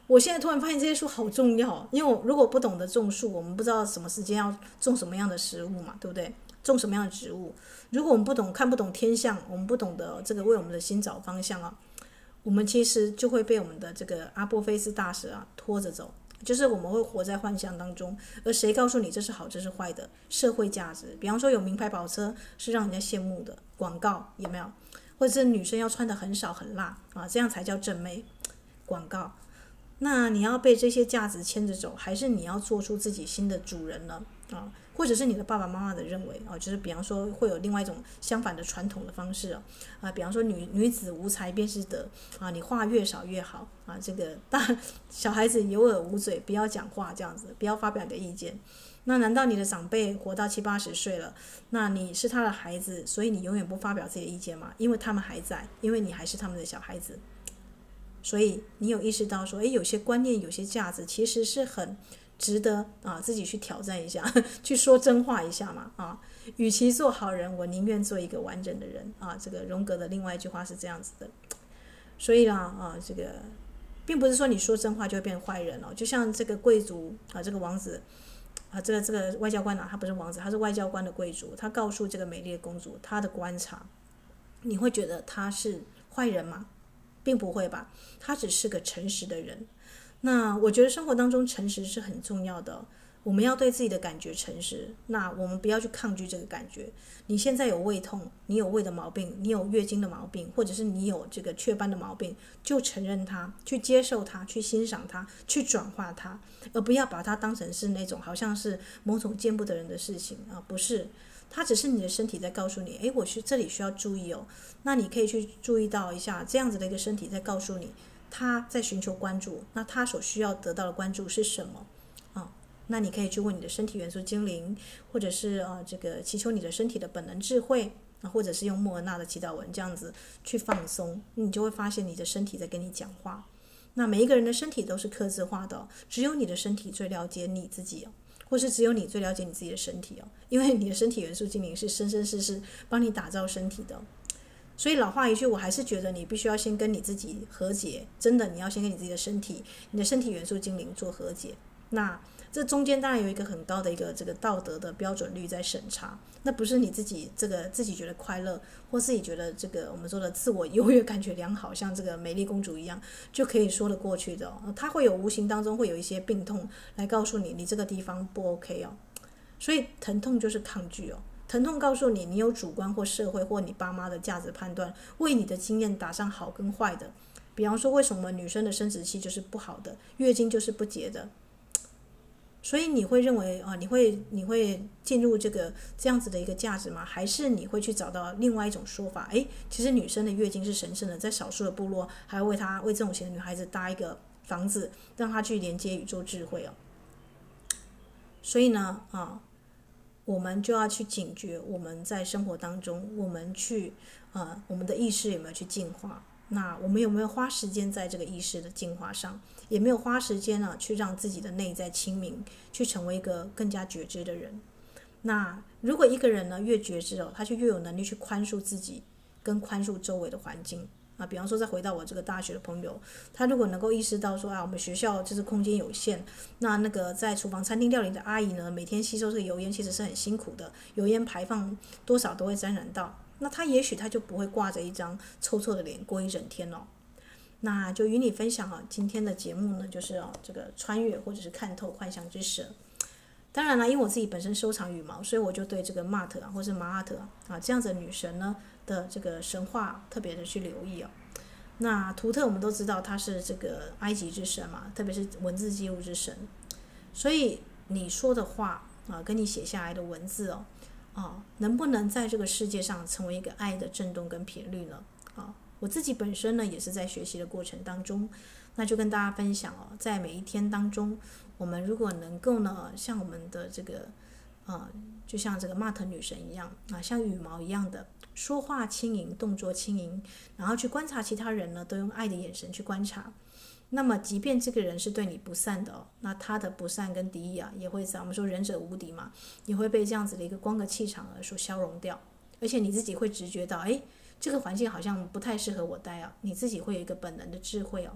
我现在突然发现这些树好重要，因为我如果不懂得种树，我们不知道什么时间要种什么样的食物嘛，对不对？种什么样的植物？如果我们不懂看不懂天象，我们不懂得这个为我们的心找方向啊，我们其实就会被我们的这个阿波菲斯大蛇啊拖着走。就是我们会活在幻象当中，而谁告诉你这是好这是坏的？社会价值，比方说有名牌跑车是让人家羡慕的广告，有没有？或者是女生要穿得很少很辣啊，这样才叫正妹广告。那你要被这些价值牵着走，还是你要做出自己新的主人呢？啊，或者是你的爸爸妈妈的认为啊，就是比方说会有另外一种相反的传统的方式啊，啊比方说女女子无才便是德啊，你话越少越好啊，这个大小孩子有耳无嘴，不要讲话这样子，不要发表你的意见。那难道你的长辈活到七八十岁了，那你是他的孩子，所以你永远不发表自己的意见吗？因为他们还在，因为你还是他们的小孩子。所以你有意识到说，诶，有些观念有些价值其实是很值得啊自己去挑战一下去说真话一下嘛啊，与其做好人，我宁愿做一个完整的人啊。这个荣格的另外一句话是这样子的。所以啦啊，这个并不是说你说真话就会变坏人哦，就像这个贵族啊，这个王子啊，这个这个外交官啊，他不是王子，他是外交官的贵族，他告诉这个美丽的公主他的观察，你会觉得他是坏人吗？并不会吧，他只是个诚实的人。那我觉得生活当中诚实是很重要的，我们要对自己的感觉诚实，那我们不要去抗拒这个感觉。你现在有胃痛，你有胃的毛病，你有月经的毛病，或者是你有这个雀斑的毛病，就承认它，去接受它，去欣赏它，去转化它，而不要把它当成是那种好像是某种见不得人的事情啊，不是。它只是你的身体在告诉你，诶，我去这里需要注意哦。那你可以去注意到一下，这样子的一个身体在告诉你，他在寻求关注，那他所需要得到的关注是什么啊？那你可以去问你的身体元素精灵，或者是呃这个祈求你的身体的本能智慧，或者是用莫尔纳的祈祷文这样子去放松，你就会发现你的身体在跟你讲话。那每一个人的身体都是客制化的，只有你的身体最了解你自己哦。或是只有你最了解你自己的身体哦，因为你的身体元素精灵是生生世世帮你打造身体的、哦。所以老话一句，我还是觉得你必须要先跟你自己和解，真的，你要先跟你自己的身体、你的身体元素精灵做和解。那这中间当然有一个很高的一个这个道德的标准率在审查，那不是你自己这个自己觉得快乐，或自己觉得这个我们说的自我优越感觉良好，像这个美丽公主一样就可以说得过去的哦。它会有无形当中会有一些病痛来告诉你，你这个地方不 OK 哦。所以疼痛就是抗拒哦。疼痛告诉你，你有主观或社会或你爸妈的价值判断，为你的经验打上好跟坏的。比方说，为什么女生的生殖器就是不好的，月经就是不洁的？所以你会认为啊，你会你会进入这个这样子的一个价值吗？还是你会去找到另外一种说法？诶，其实女生的月经是神圣的，在少数的部落还要为她为这种型的女孩子搭一个房子，让她去连接宇宙智慧哦。所以呢，啊。我们就要去警觉，我们在生活当中，我们去呃，我们的意识有没有去净化？那我们有没有花时间在这个意识的净化上？也没有花时间呢，去让自己的内在清明，去成为一个更加觉知的人。那如果一个人呢越觉知哦，他就越有能力去宽恕自己，跟宽恕周围的环境。啊，比方说再回到我这个大学的朋友，他如果能够意识到说啊，我们学校就是空间有限，那那个在厨房餐厅料理的阿姨呢，每天吸收这个油烟其实是很辛苦的，油烟排放多少都会沾染到，那他也许他就不会挂着一张臭臭的脸过一整天哦。那就与你分享啊，今天的节目呢，就是哦这个穿越或者是看透幻象之蛇。当然了，因为我自己本身收藏羽毛，所以我就对这个玛特啊，或是马阿特啊这样子的女神呢的这个神话特别的去留意哦。那图特我们都知道他是这个埃及之神嘛，特别是文字记录之神，所以你说的话啊，跟你写下来的文字哦，啊，能不能在这个世界上成为一个爱的震动跟频率呢？啊，我自己本身呢也是在学习的过程当中，那就跟大家分享哦，在每一天当中，我们如果能够呢，像我们的这个啊，就像这个玛特女神一样啊，像羽毛一样的。说话轻盈，动作轻盈，然后去观察其他人呢，都用爱的眼神去观察。那么，即便这个人是对你不善的哦，那他的不善跟敌意啊，也会在我们说仁者无敌嘛，也会被这样子的一个光的气场而所消融掉。而且你自己会直觉到，哎，这个环境好像不太适合我待啊，你自己会有一个本能的智慧哦。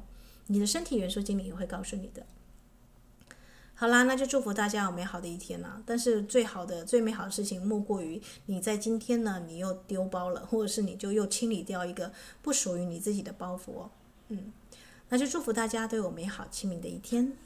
你的身体元素精灵也会告诉你的。好啦，那就祝福大家有美好的一天啦。但是最好的、最美好的事情，莫过于你在今天呢，你又丢包了，或者是你就又清理掉一个不属于你自己的包袱哦。嗯，那就祝福大家都有美好清明的一天。